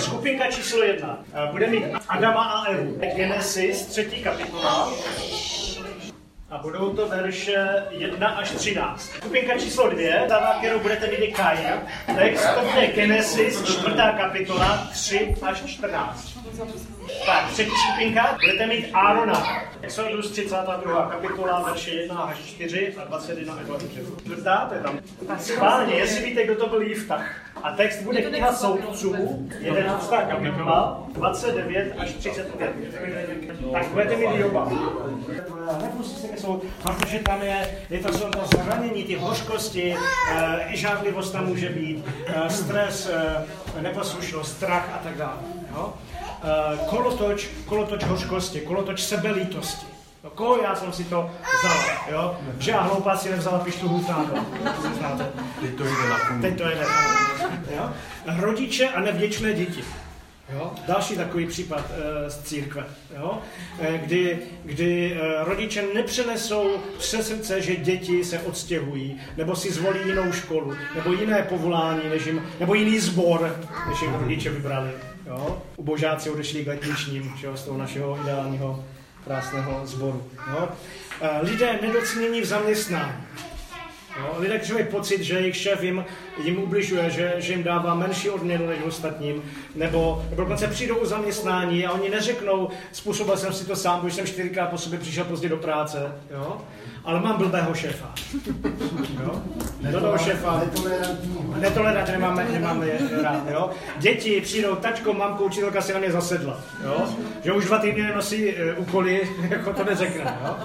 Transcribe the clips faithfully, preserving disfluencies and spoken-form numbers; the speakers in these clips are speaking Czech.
skupinka číslo jedna. Bude mít Adama a Evu. Genesis, třetí kapitola. A budou to verše jedna až třináct. Skupinka číslo dvě, ta, kterou budete mít, je Kain. Text to je Genesis, čtvrtá kapitola, tři až čtrnáct. Tak, třetí skupinka, budete mít Árona. Exodus třicátá druhá kapitola, verše jedna až čtyři a dvacet jedna až dvacet tři. Čtvrtá, to je tam. Schválně, jestli víte, kdo to byl Jiftach. A text bude kniha soudců, jedenáctá kapitola, dvacet devět až třicet pět. Tak budete mít Joba. Nepustí se soud, protože tam je, je to, jsou to zranění, ty hořkosti, e, i žádlivost tam může být, e, stres, e, neposlušnost, strach a tak dále. Jo? E, kolotoč, kolotoč hořkosti, kolotoč sebelítosti. No, koho já jsem si to vzal, jo? Že já hloupá si nevzala pištu hutnáto. Teď to jde na půl. Teď to jde, jo? Rodiče a nevděčné děti. Jo? Další takový případ e, z církve, jo? E, kdy, kdy e, rodiče nepřenesou přes srdce, že děti se odstěhují, nebo si zvolí jinou školu, nebo jiné povolání, než jim, nebo jiný sbor, než jim rodiče vybrali. Jo? Ubožáci odešli k letničním, z toho našeho ideálního krásného sboru. Jo? E, lidé nedocenění v zaměstnání. Jo, lidé, kteří mají pocit, že jejich šéf jim, jim ubližuje, že, že jim dává menší odměnu než ostatním, nebo, nebo dokonce přijdou o zaměstnání a oni neřeknou, způsobil jsem si to sám, protože jsem čtyřikrát po sobě přišel pozdě do práce, jo? Ale mám blbého šéfa. Jo? Blbého šéfa. Netolerantní, nemáme, nemáme je rád. Jo? Děti přijdou, tačko, mamko, učitelka si na mě zasedla. Jo? Že už dva týdny nenosí uh, úkoly, jako to neřekne. Jo?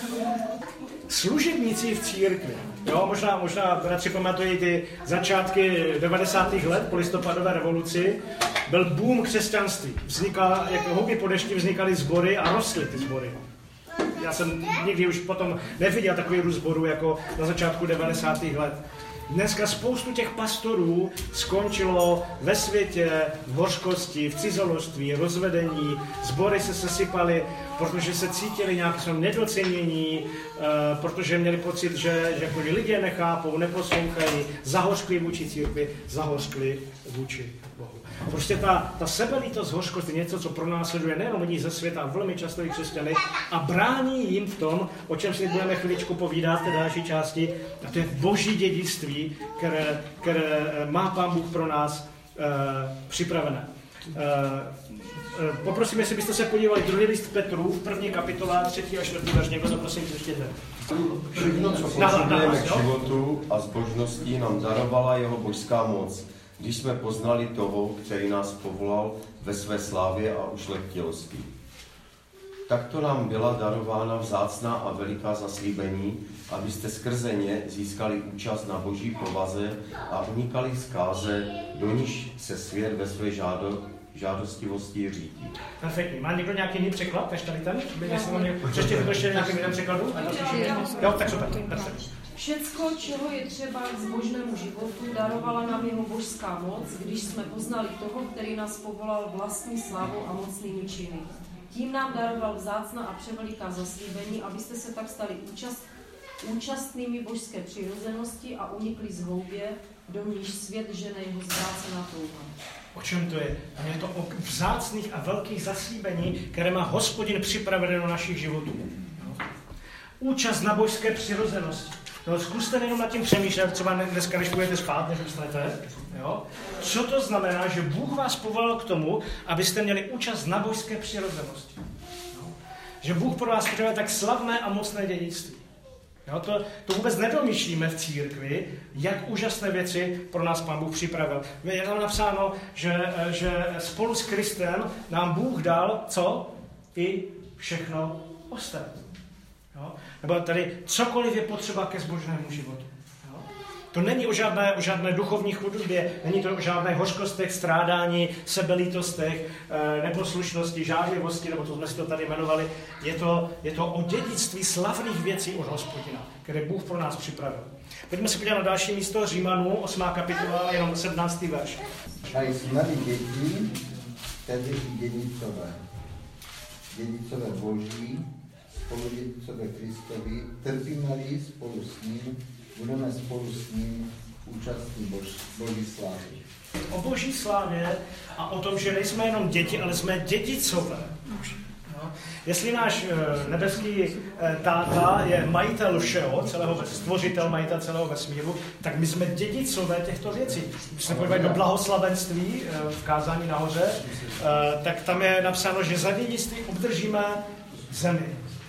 Služebníci v církvi. Jo, možná, možná bratři pamatují ty začátky devadesátých let po listopadové revoluci. Byl boom křesťanství. Vznikla, jako houby po dešti vznikaly sbory a rostly ty sbory. Já jsem nikdy už potom neviděl takový růst sborů jako na začátku devadesátých let. Dneska spoustu těch pastorů skončilo ve světě, v hořkosti, v cizoložství, rozvedení, sbory se sesypaly, protože se cítili nějak jsou nedocenění, uh, protože měli pocit, že, že jako lidé nechápou, neposlouchají, zahořkli vůči církvi, zahořkli vůči Bohu. Prostě ta, ta sebelítost, hořkost je něco, co pronásleduje nejenom lidí ze světa, velmi často i křesťany a brání jim v tom, o čem si budeme chviličku povídat v té další části, a to je boží dědictví, které, které má Pán Bůh pro nás uh, připravené. Uh, uh, poprosím, jestli byste se podívali druhý list Petrův, první kapitola, třetí a čtvrtý verš, někdo to prosím přečtěte. Všechno, co potřebujeme k životu a zbožnosti, nám darovala jeho božská moc, když jsme poznali toho, který nás povolal ve své slávě a ušlechtilosti. Takto nám byla darována vzácná a veliká zaslíbení, abyste skrze ně získali účast na boží povaze a unikali zkáze, do níž se svět ve své žádo, žádostivosti řídí. Perfektní. Má někdo nějaký jiný překlad, než tady ten? Přečtěte to ještě nějakým jiným překladu? Jo, tak super. Perfekt. Všecko, čeho je třeba k zbožnému životu, darovala nám jeho božská moc, když jsme poznali toho, který nás povolal vlastní slávou a mocnými činy. Tím nám daroval vzácná a převeliká zaslíbení, abyste se tak stali účast, účastnými božské přirozenosti a unikli z hloubě, do níž svět žene jeho zvrácená touha. O čem to je? A je to o vzácných a velkých zaslíbení, které má Hospodin připravené do našich životů. Účast na božské přirozenosti. No, zkuste jenom nad tím přemýšlet, třeba dneska, než budete spát, než ustanete. Jo? Co to znamená, že Bůh vás povolal k tomu, abyste měli účast na božské přirozenosti? Jo? Že Bůh pro vás připravuje tak slavné a mocné dědictví. Jo? To, to vůbec nedomýšlíme v církvi, jak úžasné věci pro nás Pán Bůh připravil. Je tam napsáno, že, že spolu s Kristem nám Bůh dal co? I všechno ostatní. Jo? Nebo tady cokoliv je potřeba ke zbožnému životu. Jo? To není o žádné, o žádné duchovní chudobě, není to o žádné hořkostech, strádání, sebelítostech, neposlušnosti, žárlivosti, nebo to jsme si to tady jmenovali. Je to, je to o dědictví slavných věcí od Hospodina, které Bůh pro nás připravil. Pojďme se podívat na další místo, Římanů, osmá kapitola, jenom sedmnáctý verš. A jsme-li děti, tedy dědicové. Dědicové Boží, spoludědicové Kristovi, trpíme-li spolu s ním, budeme spolu s ním účastní bož, boží slávy. O boží slávě a o tom, že nejsme jenom děti, ale jsme dědicové. No. Jestli náš nebeský táta je majitel všeho, celého, stvořitel, majitel celého vesmíru, tak my jsme dědicové těchto věcí. Když se podíváme do blahoslavenství v kázání nahoře, tak tam je napsáno, že za dědictví obdržíme zemi.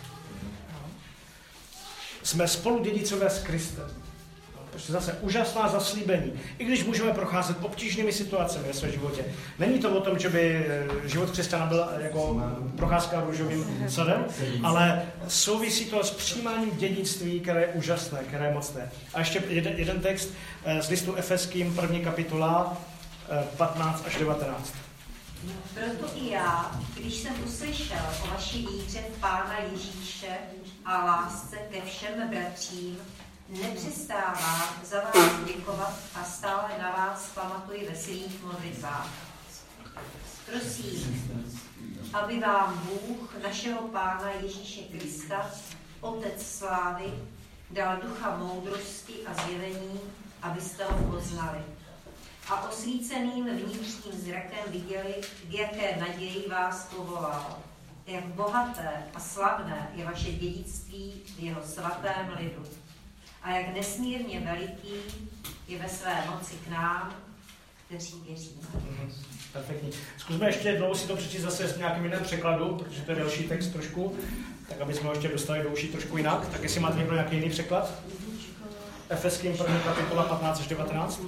Jsme spolu dědicové s Kristem. Prostě zase úžasná zaslíbení. I když můžeme procházet obtížnými situacemi ve svém životě. Není to o tom, že by život křesťana byl jako procházka růžovým sadem, ale souvisí to s přijímáním dědictví, které je úžasné, které je mocné. A ještě jeden, jeden text z listu Efeským, první kapitola, patnáct až devatenáct. Proto i já, když jsem uslyšel o vaší víře v Pána Ježíše a lásce ke všem bratřím, nepřestávám za vás děkovat a stále na vás pamatuji ve svých modlitbách. Prosím, aby vám Bůh, našeho Pána Ježíše Krista, Otec slávy, dal ducha moudrosti a zjevení, abyste ho poznali. A osvíceným vnitřním zrakem viděli, k jaké naději vás povolal. Jak bohaté a slavné je vaše dědictví v jeho svatém lidu. A jak nesmírně veliký je ve své moci k nám, kteří věříme. Mm-hmm. Perfektní. Zkusme ještě jednou si to přečíst zase s nějakým jiným překladu, protože to je další text trošku, tak aby jsme ho ještě dostali do uší trošku jinak. Tak jestli máte někdo nějaký jiný překlad? Efeským první kapitola patnáct až devatenáct.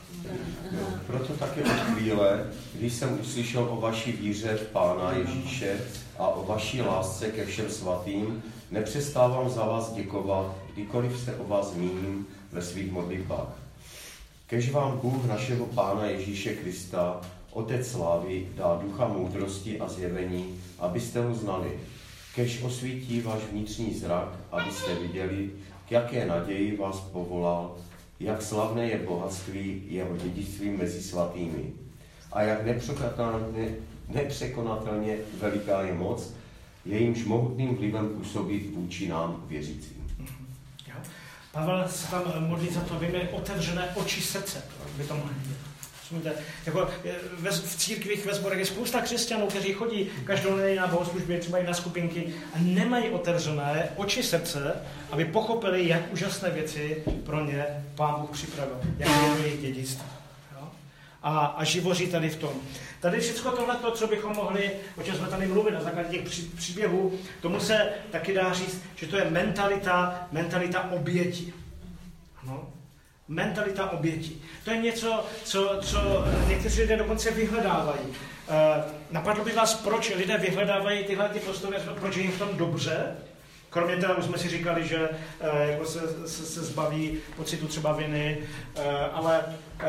Proto taky od chvíle, když jsem uslyšel o vaší víře v Pána Ježíše a o vaší lásce ke všem svatým, nepřestávám za vás děkovat, kdykoliv se o vás zmíním ve svých modlitbách. Kež vám Bůh našeho Pána Ježíše Krista, Otec slávy, dá ducha moudrosti a zjevení, abyste ho znali. Kež osvítí váš vnitřní zrak, abyste viděli, k jaké naději vás povolal, jak slavné je bohatství jeho dědictví mezi svatými a jak nepřekonatelně, nepřekonatelně veliká je moc, jejímž mohutným vlivem působí vůči nám věřícím. Jo. Pavel se tam modlí za to, aby měli otevřené oči srdce, by to mohli vidět. Jako v církvích ve sborech je spousta křesťanů, kteří chodí každodenně na bohoslužby, třeba i na skupinky a nemají otevřené oči srdce, aby pochopili, jak úžasné věci pro ně Pán Bůh připravil, jak je jejich dědictví. A, a živoří tady v tom. Tady všechno tohleto, co bychom mohli, o čem jsme tady mluvili na základě těch pří, příběhů, tomu se taky dá říct, že to je mentalita, mentalita oběti. No. Mentalita oběti. To je něco, co, co někteří lidé dokonce vyhledávají. E, napadlo by vás, proč lidé vyhledávají tyhle ty postoje, proč je jim v tom dobře? Kromě toho už jsme si říkali, že e, jako se, se, se zbaví pocitu třeba viny, e, ale e,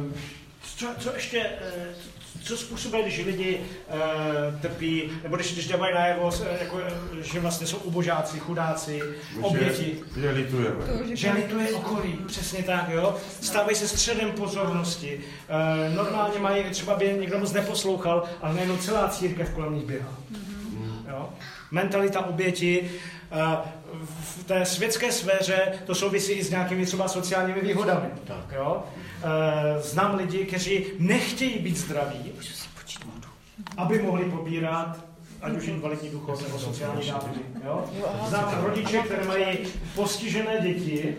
co, co ještě, e, co způsobuje, když lidi e, trpí, nebo když, když dávají najevo, jako, že vlastně jsou ubožáci, chudáci, oběti. Že litujeme. Že lituje okolí, přesně tak, jo. Stávají se středem pozornosti. E, normálně mají, třeba by někdo moc neposlouchal, ale najednou celá církev kolem nich běhá. Jo. Mentalita oběti. E, v té světské sféře to souvisí i s nějakými třeba sociálními výhodami. Jo. E, znám lidi, kteří nechtějí být zdraví, aby mohli pobírat ať už invalidní důchod nebo sociální dávky. Znám rodiče, které mají postižené děti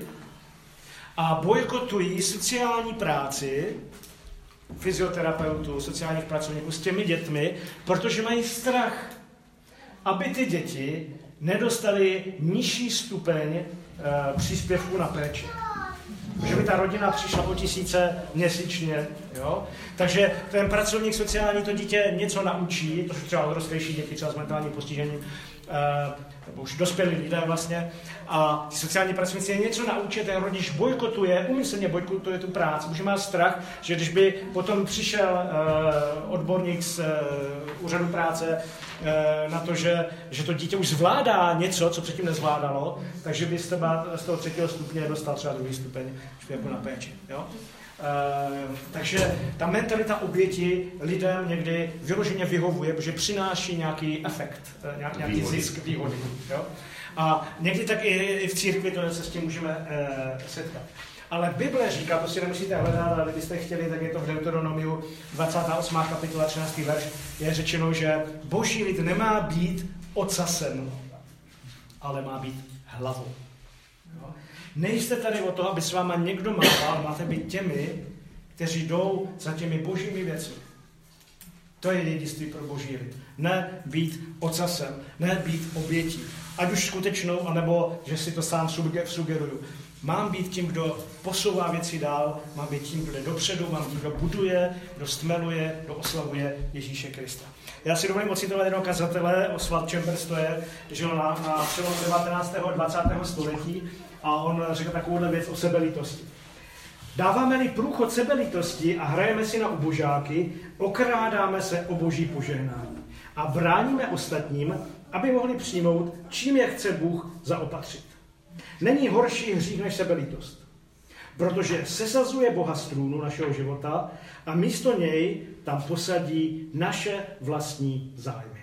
a bojkotují sociální práci fyzioterapeutů, sociálních pracovníků s těmi dětmi, protože mají strach, aby ty děti nedostaly nižší stupeň e, příspěvku na péči. Že by ta rodina přišla o tisíce měsíčně. Jo? Takže ten pracovník sociální to dítě něco naučí, to jsou třeba odrostlejší děti, třeba s mentálním postižením, nebo už dospělí lidé vlastně, a sociální pracovníci je něco naučí, ten rodič bojkotuje, umyslně bojkotuje tu práci, protože má strach, že když by potom přišel odborník z úřadu práce na to, že, že to dítě už zvládá něco, co předtím nezvládalo, takže by z toho třetího stupně dostal třeba druhý stupeň příspěvku na péči. Jo? Uh, takže ta mentalita oběti lidem někdy vyloženě vyhovuje, protože přináší nějaký efekt, uh, nějaký výhody. Zisk, výhody. Jo? A někdy tak i, i v církvi to se s tím můžeme uh, setkat. Ale Bible říká, to si nemusíte hledat, ale kdybyste chtěli, tak je to v Deuteronomiu dvacátá osmá kapitola třináctý verš, je řečeno, že boží lid nemá být ocasem, ale má být hlavou. Jo? Nejste tady o toho, aby s váma někdo mával, máte být těmi, kteří jdou za těmi božími věcmi. To je dědictví pro boží lid. Ne být ocasem, ne být obětí. Ať už skutečnou, anebo že si to sám sugeruju. Mám být tím, kdo posouvá věci dál, mám být tím, kdo jde dopředu, mám být, kdo buduje, kdo stmeluje, kdo oslavuje Ježíše Krista. Já si dovolím ocitovat jednoho kazatele, Oswald Chambers, to je, žil na, na přelomu devatenáctého a dvacátého století a on řekl takovouhle věc o sebelítosti. Dáváme-li průchod sebelítosti a hrajeme si na ubožáky, okrádáme se o boží požehnání a bráníme ostatním, aby mohli přijmout, čím je chce Bůh zaopatřit. Není horší hřích než sebelítost, protože sesazuje Boha z trůnu našeho života a místo něj tam posadí naše vlastní zájmy.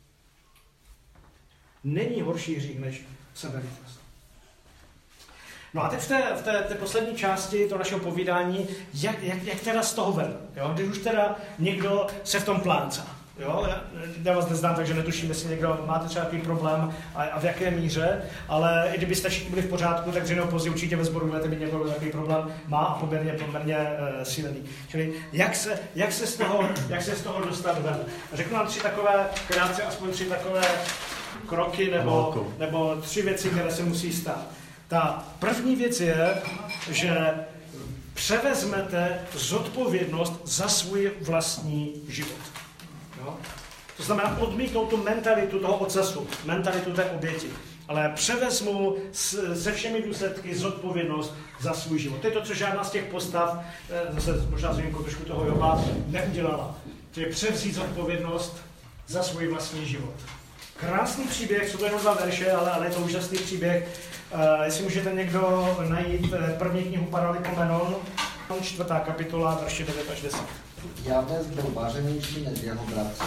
Není horší hřích než sebelítost. No a teď v té, v té, té poslední části toho našeho povídání, jak, jak, jak teda z toho ven? Jo? Když už teda někdo se v tom pláncá. Jo? Já vás neznám, takže netuším, jestli někdo máte třeba takový problém a, a v jaké míře, ale i kdybyste všichni byli v pořádku, tak dříve později určitě ve sboru budete mít někdo takový problém má a poměrně, poměrně uh, silný. Čili jak se, jak, se z toho, jak se z toho dostat ven? Řeknu vám tři takové, krátce aspoň tři takové kroky nebo, nebo tři věci, které se musí stát. Ta první věc je, že převezmete zodpovědnost za svůj vlastní život. Jo? To znamená odmítnout tu mentalitu toho ocasu, mentalitu té oběti, ale převezmu se všemi důsledky zodpovědnost za svůj život. To je to, co žádná z těch postav, zase možná s výjimkou trošku toho Joba, neudělala. To je převzít zodpovědnost za svůj vlastní život. Krásný příběh, jsou to jenom dva verše, ale, ale je to úžasný příběh. Uh, jestli můžete někdo najít první knihu Paralikomenon, čtvrtá kapitola, verše devět až deset. Jabez byl váženější než jeho bratři.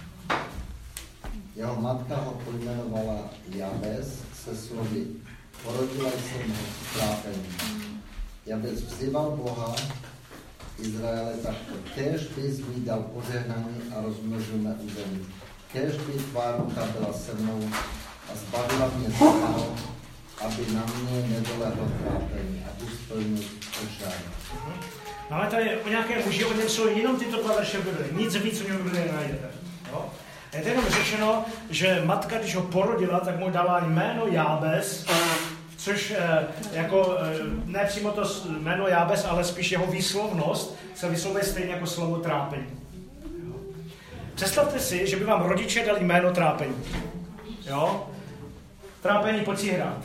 Jeho matka ho pojmenovala Jabez se slovy porodila jsem ho s trápením. Jabez vzýval Boha Izraele takto. Kéž bys mi dal požehnání a rozmnožil mé území. Kéž by tvá ruka byla se mnou a zbavila mě z toho, aby na mě nedolehlo trápení a tu splnil přání. Máme tady o nějaké muži, o něm jsou jenom tyto dva verše Bible. Nic víc o něm Bible nenajdete. Jo? Je to jenom řečeno, že matka, když ho porodila, tak mu dala jméno Jábez, což eh, jako eh, ne přímo to jméno Jábez, ale spíš jeho výslovnost se vyslovuje stejně jako slovo trápení. Jo? Představte si, že by vám rodiče dali jméno trápení. Jo? Trápení pojď si hrát.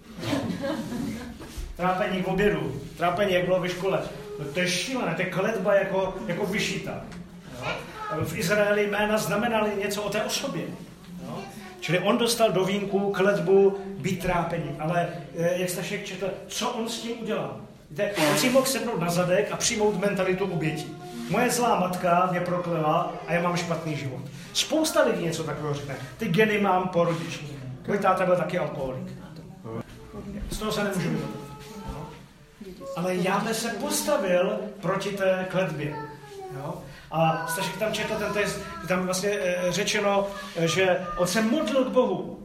Trápení k obědu, trápení, jak bylo ve škole. No to je šílené, to je kletba jako, jako vyšita. Jo? V Izraeli jména znamenaly něco o té osobě. Jo? Čili on dostal do vínku kletbu být trápením. Ale jak Stašek četl, co on s tím udělal? Víte, on si mohl sednout na zadek a přijmout mentalitu oběti. Moje zlá matka mě proklela a já mám špatný život. Spousta lidí něco takového řekne. Ty geny mám po rodičích. Můj táta byl taky alkoholik. Z toho se nemůžu vyvrat. Ale Jábez se postavil proti té kletbě. Jo? A Stašek tam četl ten text, tam vlastně e, řečeno, že on se modlil k Bohu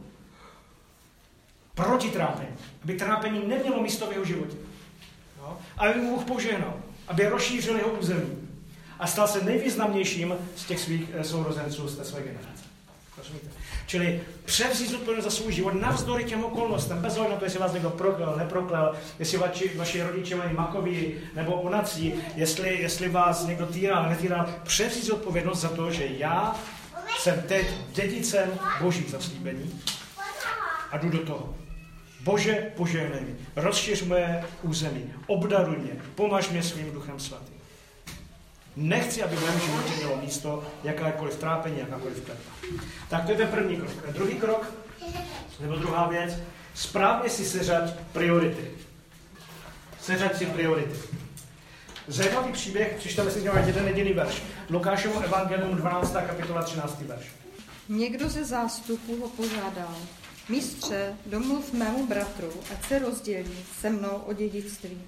proti trápení. Aby trápení nemělo místo v jeho životě. Jo? Aby mu Bůh požehnal. Aby rozšířil jeho území. A stal se nejvýznamnějším z těch svých e, sourozenců z té své generace. Rozumíte? Čili převzít zodpovědnost za svůj život navzdory těm okolnostem, bez ohledu na to, jestli vás někdo proklel, neproklel, jestli vaši, vaši rodiče mají makoví nebo onací, jestli, jestli vás někdo týral, netýral, převzít zodpovědnost za to, že já jsem teď dědicem božích zaslíbení a jdu do toho. Bože, požehnej mi, rozšiř moje území, obdaruj mě, pomaž mě svým duchem svatým. Nechci, aby v mém životě mělo místo jakákoliv trápení, jakákoliv kletba. Tak to je ten první krok. A druhý krok, nebo druhá věc, správně si seřaď priority. Seřaď si priority. Zajímavý příběh, přečteme si z něho jeden jediný verš. Lukášovo evangelium dvanáctá kapitola třináctý verš. Někdo ze zástupu ho požádal. Mistře, domluv mému bratru, ať se rozdělí se mnou o dědictví.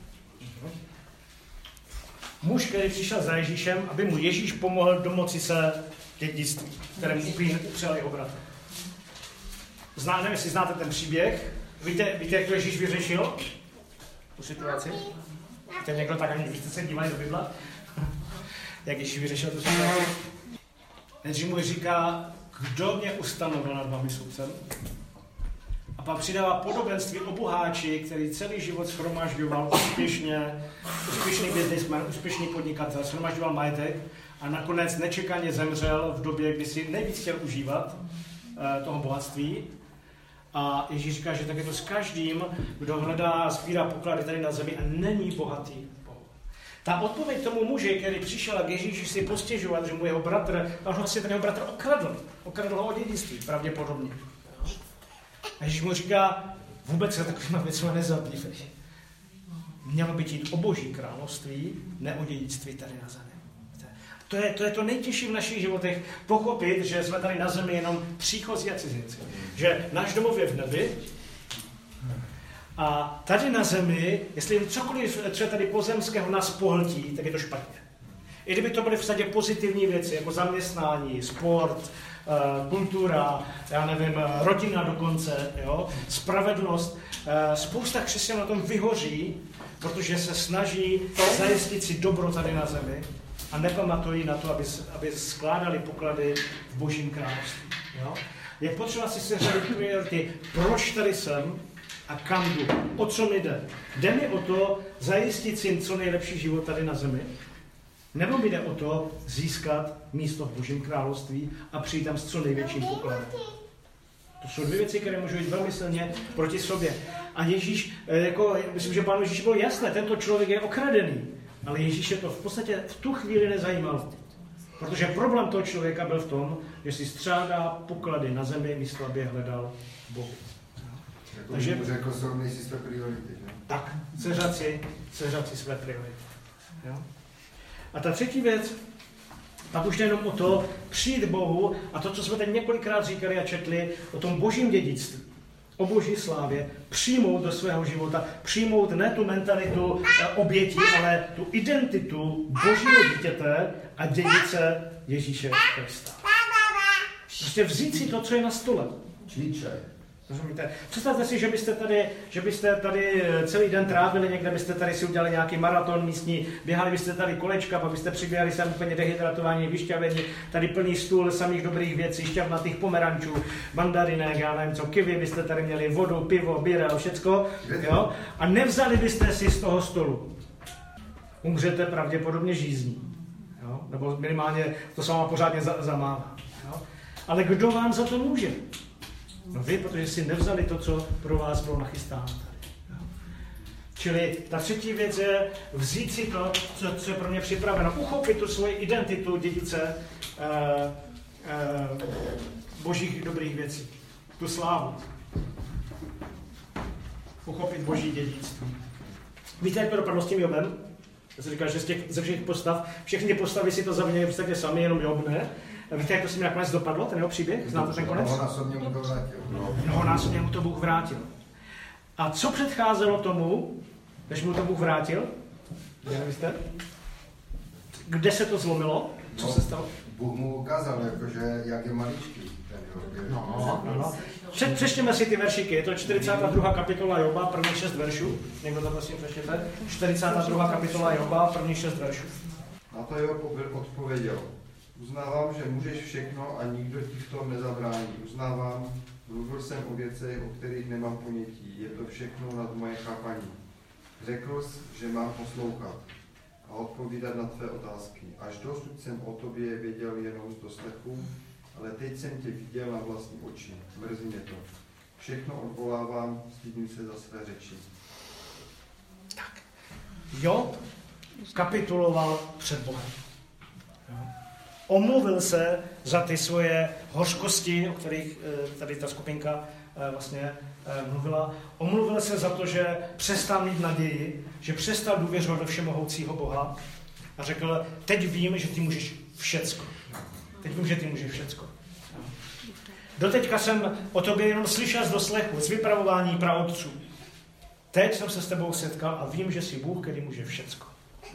Muž, který přišel za Ježíšem, aby mu Ježíš pomohl domoci se dědictví, kterému upřel jeho bratr. Zná, nevím, jestli znáte ten příběh. Víte, víte, jak to Ježíš vyřešil? Tu situaci? Víte, někdo tak, ani jste se dívali do Bible? Jak Ježíš vyřešil tu situaci? Nejdřív mu říká, kdo mě ustanovil nad vámi soudcem? A pak přidává podobenství o boháči, který celý život shromažďoval úspěšně, úspěšný businessman, úspěšný podnikatel, shromažďoval majetek a nakonec nečekaně zemřel v době, kdy si nejvíc chtěl užívat uh, toho bohatství. A Ježíš říká, že tak je to s každým, kdo hledá a sbírá poklady tady na zemi a není bohatý. Ta odpověď tomu muži, který přišel a k Ježíši si postěžovat, že mu jeho bratr, a vlastně ten jeho bratr okradl. Okradl ho o dědictví, pravděpodobně. A Ježíš mu říká, vůbec se takovýma věcma nezabývej. Mělo by jít o Boží království, ne o dědictví tady na zemi. To je, to je to nejtěžší v našich životech, pochopit, že jsme tady na zemi jenom příchozí a cizinci. Že náš domov je v nebi a tady na zemi, jestli cokoliv třeba tady pozemského nás pohltí, tak je to špatně. I kdyby to byly v podstatě pozitivní věci, jako zaměstnání, sport, kultura, já nevím, rodina dokonce, jo, spravedlnost. Spousta křesťanů na tom vyhoří, protože se snaží zajistit si dobro tady na zemi a nepamatují na to, aby, aby skládali poklady v Božím království. Jo. Je potřeba si seřadit priority, proč tady jsem a kam jdu, o co mi jde. Jde mi o to zajistit si co nejlepší život tady na zemi, nebo mi jde o to získat místo v Božím království a přijít tam s co největším pokladem. To jsou dvě věci, které můžou jít velmi silně proti sobě. A Ježíš, jako, myslím, že Pánu Ježíš bylo jasné, tento člověk je okradený, ale Ježíše to v podstatě v tu chvíli nezajímalo. Protože problém toho člověka byl v tom, že si střádá poklady na zemi, místo aby je hledal Bohu. Jako Takže řekl, srovnej si své priority. Že? Tak, seřad si, seřad si své priority. Jo? A ta třetí věc, pak už jenom o to přijít Bohu a to, co jsme teď několikrát říkali a četli, o tom Božím dědictví, o Boží slávě, přijmout do svého života, přijmout ne tu mentalitu obětí, ale tu identitu Božího dítěte a dědice Ježíše Krista. Prostě vzít si to, co je na stole. Číče. Rozumíte? Představte si, že byste, tady, že byste tady celý den trávili někde, byste tady si udělali nějaký maraton místní, běhali byste tady kolečka, pak byste přiběhali sem úplně dehydratování, vyšťavení, tady plný stůl samých dobrých věcí, šťavnatých pomerančů, mandarinek, já nevím co, kiwi, byste tady měli vodu, pivo, bíra, všecko, jo? A nevzali byste si z toho stolu. Umřete pravděpodobně žízní, jo? Nebo minimálně to sama pořádně zamává. Jo? Ale kdo vám za to může? No vy, protože si nevzali to, co pro vás bylo nachystáno tady. Čili ta třetí věc je vzít si to, co, co je pro mě připraveno, uchopit tu svoji identitu dědice eh, eh, božích dobrých věcí, tu slávu. Uchopit boží dědictví. Víte, jak to dopadlo s tím Jobem? Já jsem říkal, že z těch, ze všech postav, všechny ty postavy si to zavinili v podstatě sami, jenom Job ne. Víte, jak to s ním nakonec dopadlo, ten jeho příběh? Znáte ten konec? Mnohonásobně mu to vrátil. Mnohonásobně mu to Bůh vrátil. A co předcházelo tomu, než mu to Bůh vrátil? Nevíte? Kde se to zlomilo? Co no, se stalo? Bůh mu ukázal, jakože, jak je maličký. No, no, no. Před, přečtěme si ty veršiky. Je to čtyřicátá druhá kapitola Joba, prvních šest veršů. Někdo to prosím přečtěte. čtyřicátá druhá kapitola Joba, prvních šest veršů. Na to Job odpověděl. Uznávám, že můžeš všechno a nikdo ti v tom nezabrání. Uznávám, mluvil jsem o věcech, o kterých nemám ponětí. Je to všechno nad moje chápaní. Řekl jsi, že mám poslouchat a odpovídat na tvé otázky. Až dosud jsem o tobě věděl jenom z doslechu, ale teď jsem tě viděl na vlastní oči. Mrzí mě to. Všechno odvolávám, stydím se za své řeči. Tak. Job kapituloval před Bohem. Omluvil se za ty svoje hořkosti, o kterých tady ta skupinka vlastně mluvila. Omluvil se za to, že přestal mít naději, že přestal důvěřovat do všemohoucího Boha a řekl, teď vím, že ty můžeš všecko. Teď vím, že ty můžeš všecko. Doteďka jsem o tobě jenom slyšel z doslechu, z vypravování praotců. teď jsem se s tebou setkal a vím, že jsi Bůh, který může všecko.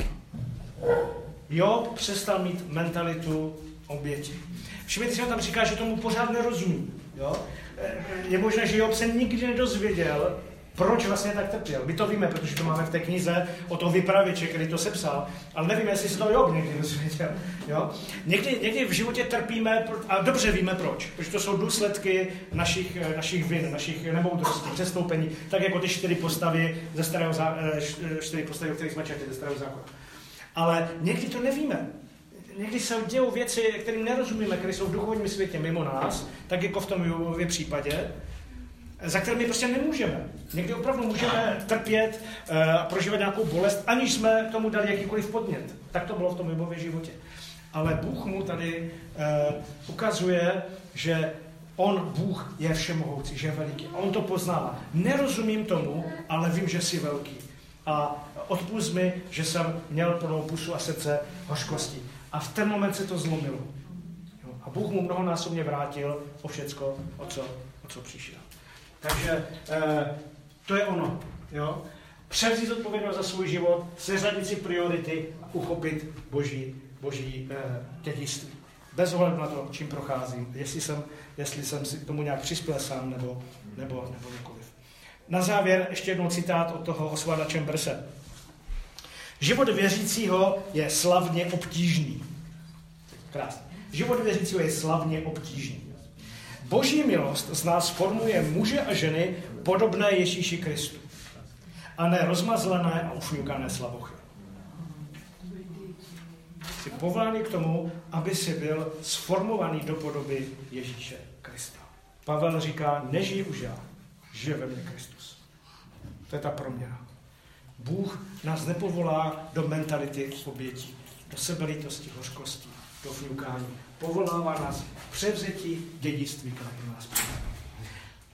Job přestal mít mentalitu oběti. Všimněte si, on tam říká, že tomu pořád nerozumí. Jo? Je možné, že Job se nikdy nedozvěděl, proč vlastně tak trpěl. My to víme, protože to máme v té knize o toho vypravěče, který to sepsal, ale nevíme, jestli se to Job někdy dozvěděl. Jo? Někdy, někdy v životě trpíme a dobře víme proč, protože to jsou důsledky našich, našich vin, našich nemoudrostí, přestoupení, tak jako ty čtyři postavy ze starého zákona, čtyři postavy, o kterých jsme četli ze starého zákona. Ale někdy to nevíme. Někdy se dějou věci, kterým nerozumíme, které jsou v duchovním světě mimo nás, tak jako v tom Jobově případě, za které my prostě nemůžeme. Někdy opravdu můžeme trpět a uh, prožívat nějakou bolest, aniž jsme tomu dali jakýkoliv podnět. Tak to bylo v tom Jobově životě. Ale Bůh mu tady uh, ukazuje, že on, Bůh, je všemohoucí, že je veliký. A on to poznává. Nerozumím tomu, ale vím, že jsi velký. A odpusť mi, že jsem měl plnou pusu a srdce hořkosti. A v ten moment se to zlomilo. Jo. A Bůh mu mnohonásobně vrátil o všecko, o co, o co přišel. Takže eh, to je ono. Jo. Převzít odpovědnost za svůj život, seřadit si priority a uchopit boží, boží eh, dědictví. Bez ohledu na to, čím procházím. Jestli jsem, jestli jsem si k tomu nějak přispěl sám, nebo, nebo, nebo nikoliv. Na závěr ještě jednou citát od toho Oswalda Chamberse. Život věřícího je slavně obtížný. Krásně. Život věřícího je slavně obtížný. Boží milost z nás formuje muže a ženy podobné Ježíši Kristu. A ne rozmazlené a ufňukané slabochy. Jsi povolání k tomu, aby si byl sformovaný do podoby Ježíše Krista. Pavel říká, nežij už já, žije ve mně Kristus. To je ta proměna. Bůh nás nepovolá do mentality obětí, do sebelítosti, hořkosti, do vňukání. Povolává nás k převzetí dědictví, které nás přijde.